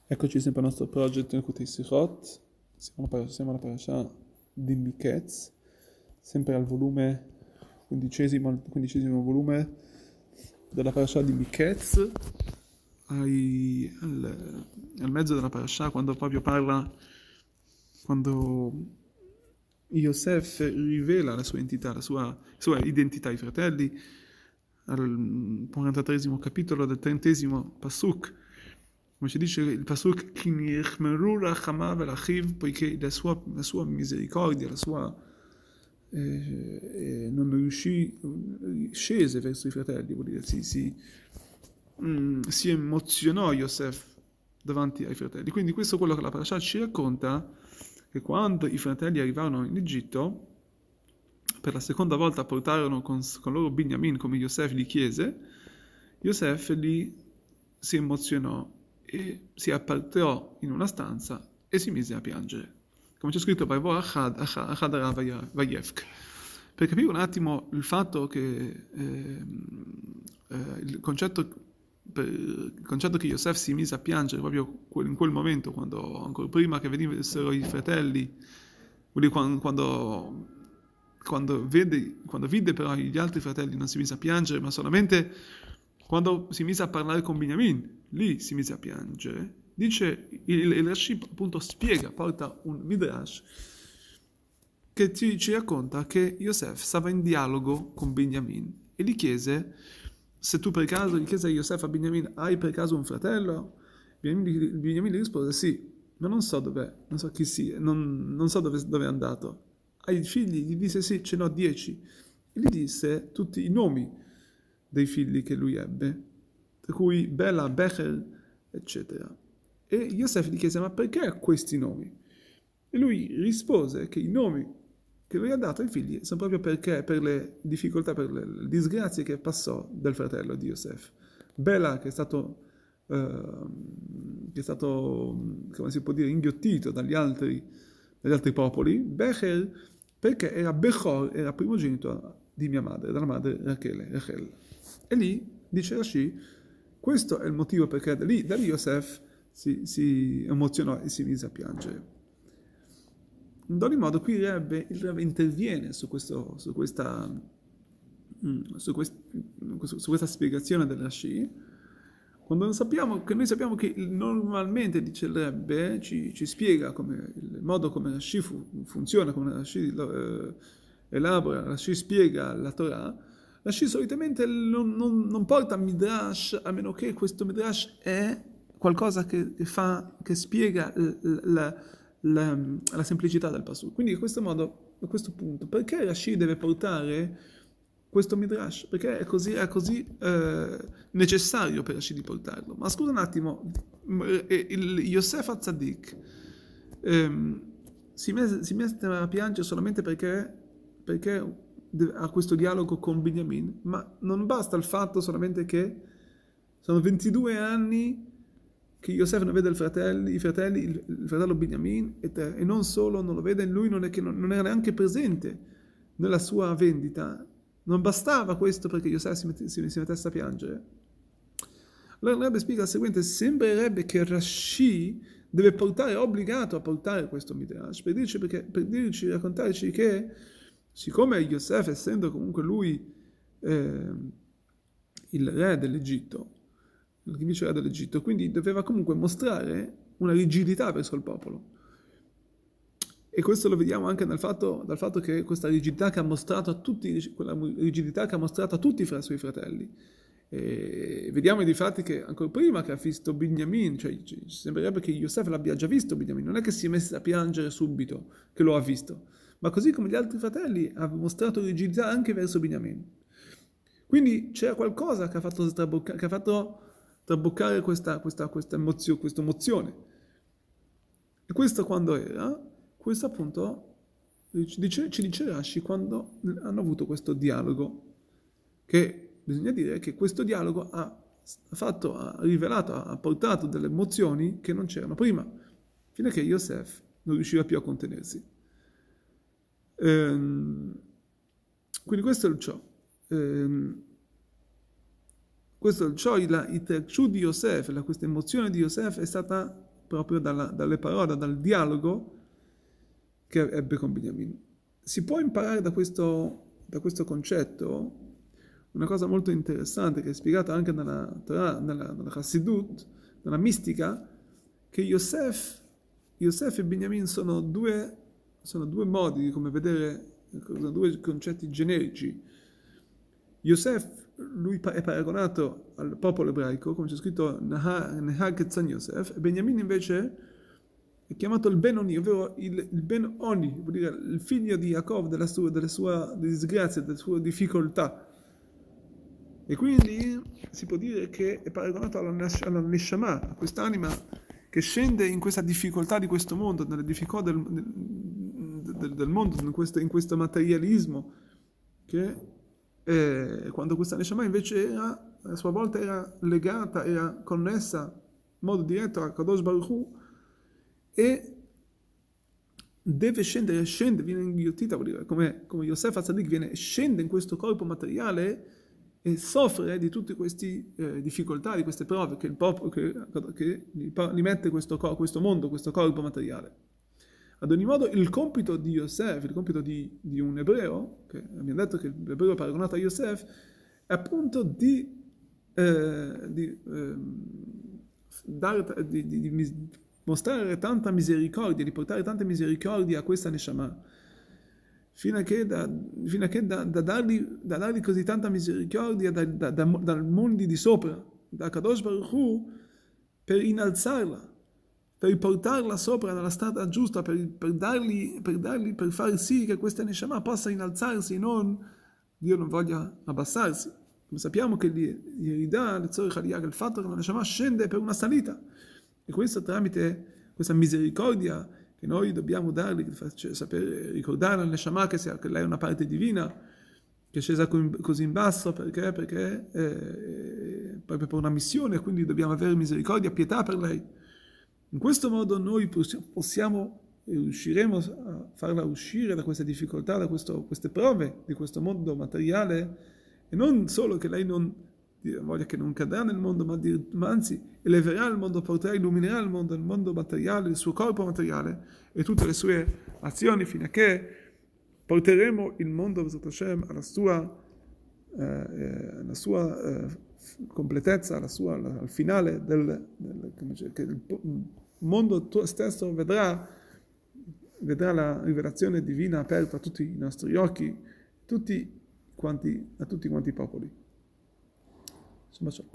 Eccoci sempre al nostro project Likutei Sichot, siamo alla parasha di Miketz, sempre al volume quindicesimo volume della parasha di Miketz, al mezzo della parasha, quando proprio parla, quando Yosef rivela la sua entità, la sua identità ai fratelli, al 43esimo capitolo del 30esimo Pasuk, come ci dice il Pasuk, poiché la sua misericordia, non riuscì, scese verso i fratelli, vuol dire, si emozionò Yosef davanti ai fratelli. Quindi questo è quello che la parasha ci racconta, che quando i fratelli arrivarono in Egitto, per la seconda volta portarono con loro Binyamin, come Yosef gli chiese, Yosef lì si emozionò e si appartò in una stanza e si mise a piangere. Come c'è scritto, per capire un attimo il fatto che il concetto che Yosef si mise a piangere proprio in quel momento, quando ancora prima che venissero i fratelli, quando vide però gli altri fratelli non si mise a piangere, ma solamente quando si mise a parlare con Binyamin, lì si mise a piangere. Dice, il Rashi appunto porta un Midrash che ci racconta che Yosef stava in dialogo con Binyamin e gli chiese, se tu per caso, gli chiese a Yosef, a Binyamin, hai per caso un fratello? Binyamin gli rispose sì, ma non so dov'è, non so chi sia, non so dove è andato. Hai figli? Gli disse sì, ce n'ho 10. E gli disse tutti i nomi dei figli che lui ebbe, tra cui Bela, Becher, eccetera. E Yosef gli chiese, ma perché questi nomi? E lui rispose che i nomi che lui ha dato ai figli sono proprio perché per le difficoltà, per le disgrazie che passò del fratello di Yosef. Bela, che è stato, come si può dire, inghiottito dagli altri popoli. Becher, perché era Bechor, era primogenito di mia madre, dalla madre Rachel. E lì, dice Rashi, questo è il motivo perché da lì Yosef si emozionò e si mise a piangere. In ogni modo, qui il Rebbe interviene su questa spiegazione del Rashi, quando noi sappiamo che normalmente, dice il Rebbe, ci spiega il modo come Rashi funziona, come Rashi elabora, Rashi spiega la Torah. Rashi solitamente non porta Midrash, a meno che questo Midrash è qualcosa che spiega la semplicità del Pasuk. Quindi a questo punto, perché Rashi deve portare questo Midrash? Perché è così necessario per Rashi di portarlo. Ma scusa un attimo, il Yosef HaTzadik si mette a piangere solamente perché ha questo dialogo con Binyamin, ma non basta il fatto solamente che sono 22 anni che Yosef non vede il fratello Binyamin, e non solo non lo vede, lui non era neanche presente nella sua vendita. Non bastava questo perché Yosef si mettesse a piangere. Allora il Rebbe spiega il seguente: sembrerebbe che Rashi è obbligato a portare questo Midrash per raccontarci che, siccome Yosef, essendo comunque lui il re dell'Egitto, il vice re dell'Egitto, quindi doveva comunque mostrare una rigidità verso il popolo. E questo lo vediamo anche dal fatto che questa rigidità che ha mostrato a tutti, quella rigidità che ha mostrato a tutti i suoi fratelli. E vediamo di fatti che ancora prima che ha visto Binyamin, cioè sembrerebbe che Yosef l'abbia già visto Binyamin, non è che si è messo a piangere subito che lo ha visto, ma così come gli altri fratelli ha mostrato rigidità anche verso Binyamin. Quindi c'era qualcosa che ha fatto traboccare questa emozione. E questo quando era? Questo appunto ci dice Rashi quando hanno avuto questo dialogo, che bisogna dire che questo dialogo ha rivelato, ha portato delle emozioni che non c'erano prima, fino a che Yosef non riusciva più a contenersi. Quindi questo è il ciò. Questo è il ciò, il Terkshu di Yosef, questa emozione di Yosef è stata proprio dalle parole, dal dialogo che ebbe con Binyamin. Si può imparare da questo concetto una cosa molto interessante che è spiegata anche nella Torah, nella Chassidut, nella mistica, che Yosef e Binyamin sono due modi di come vedere, sono due concetti generici. Yosef, lui è paragonato al popolo ebraico, come c'è scritto Nehag Ketzan Yosef, e Binyamin invece è chiamato il Ben-Oni, ovvero il Ben-Oni, vuol dire il figlio di Yaakov, delle sue disgrazie, delle sue difficoltà. E quindi si può dire che è paragonato alla Neshama, a quest'anima che scende in questa difficoltà di questo mondo, nelle difficoltà del mondo, in questo materialismo, che quando questa Neshama invece a sua volta era legata, era connessa in modo diretto a Kadosh Baruch Hu, e deve scende, viene inghiottita, vuol dire, come Yosef HaTzadik scende in questo corpo materiale e soffre di tutte queste difficoltà, di queste prove che il popolo che gli mette questo mondo, questo corpo materiale. Ad ogni modo, il compito di Yosef, il compito di un ebreo, che abbiamo detto che l'ebreo è paragonato a Yosef, è appunto di mostrare tanta misericordia, di portare tanta misericordia a questa Neshama, fino a che da dargli così tanta misericordia dal mondo di sopra, da Kadosh Baruch Hu, per innalzarla, per portarla sopra nella strada giusta, per far sì che questa Neshama possa innalzarsi, Dio non voglia abbassarsi. Come sappiamo che l'Yeridah, il fatto che la Neshama scende per una salita, e questo tramite questa misericordia che noi dobbiamo dargli, sapere ricordare alla Neshama che lei è una parte divina, che è scesa così in basso perché proprio per una missione, quindi dobbiamo avere misericordia, pietà per lei. In questo modo noi riusciremo a farla uscire da queste difficoltà, da queste prove di questo mondo materiale, e non solo che lei non voglia che non cadrà nel mondo, ma anzi eleverà il mondo, illuminerà il mondo materiale, il suo corpo materiale e tutte le sue azioni, fino a che porteremo il mondo alla sua completezza, al finale che il mondo stesso vedrà la rivelazione divina aperta a tutti i nostri occhi, a tutti quanti i popoli. Insomma,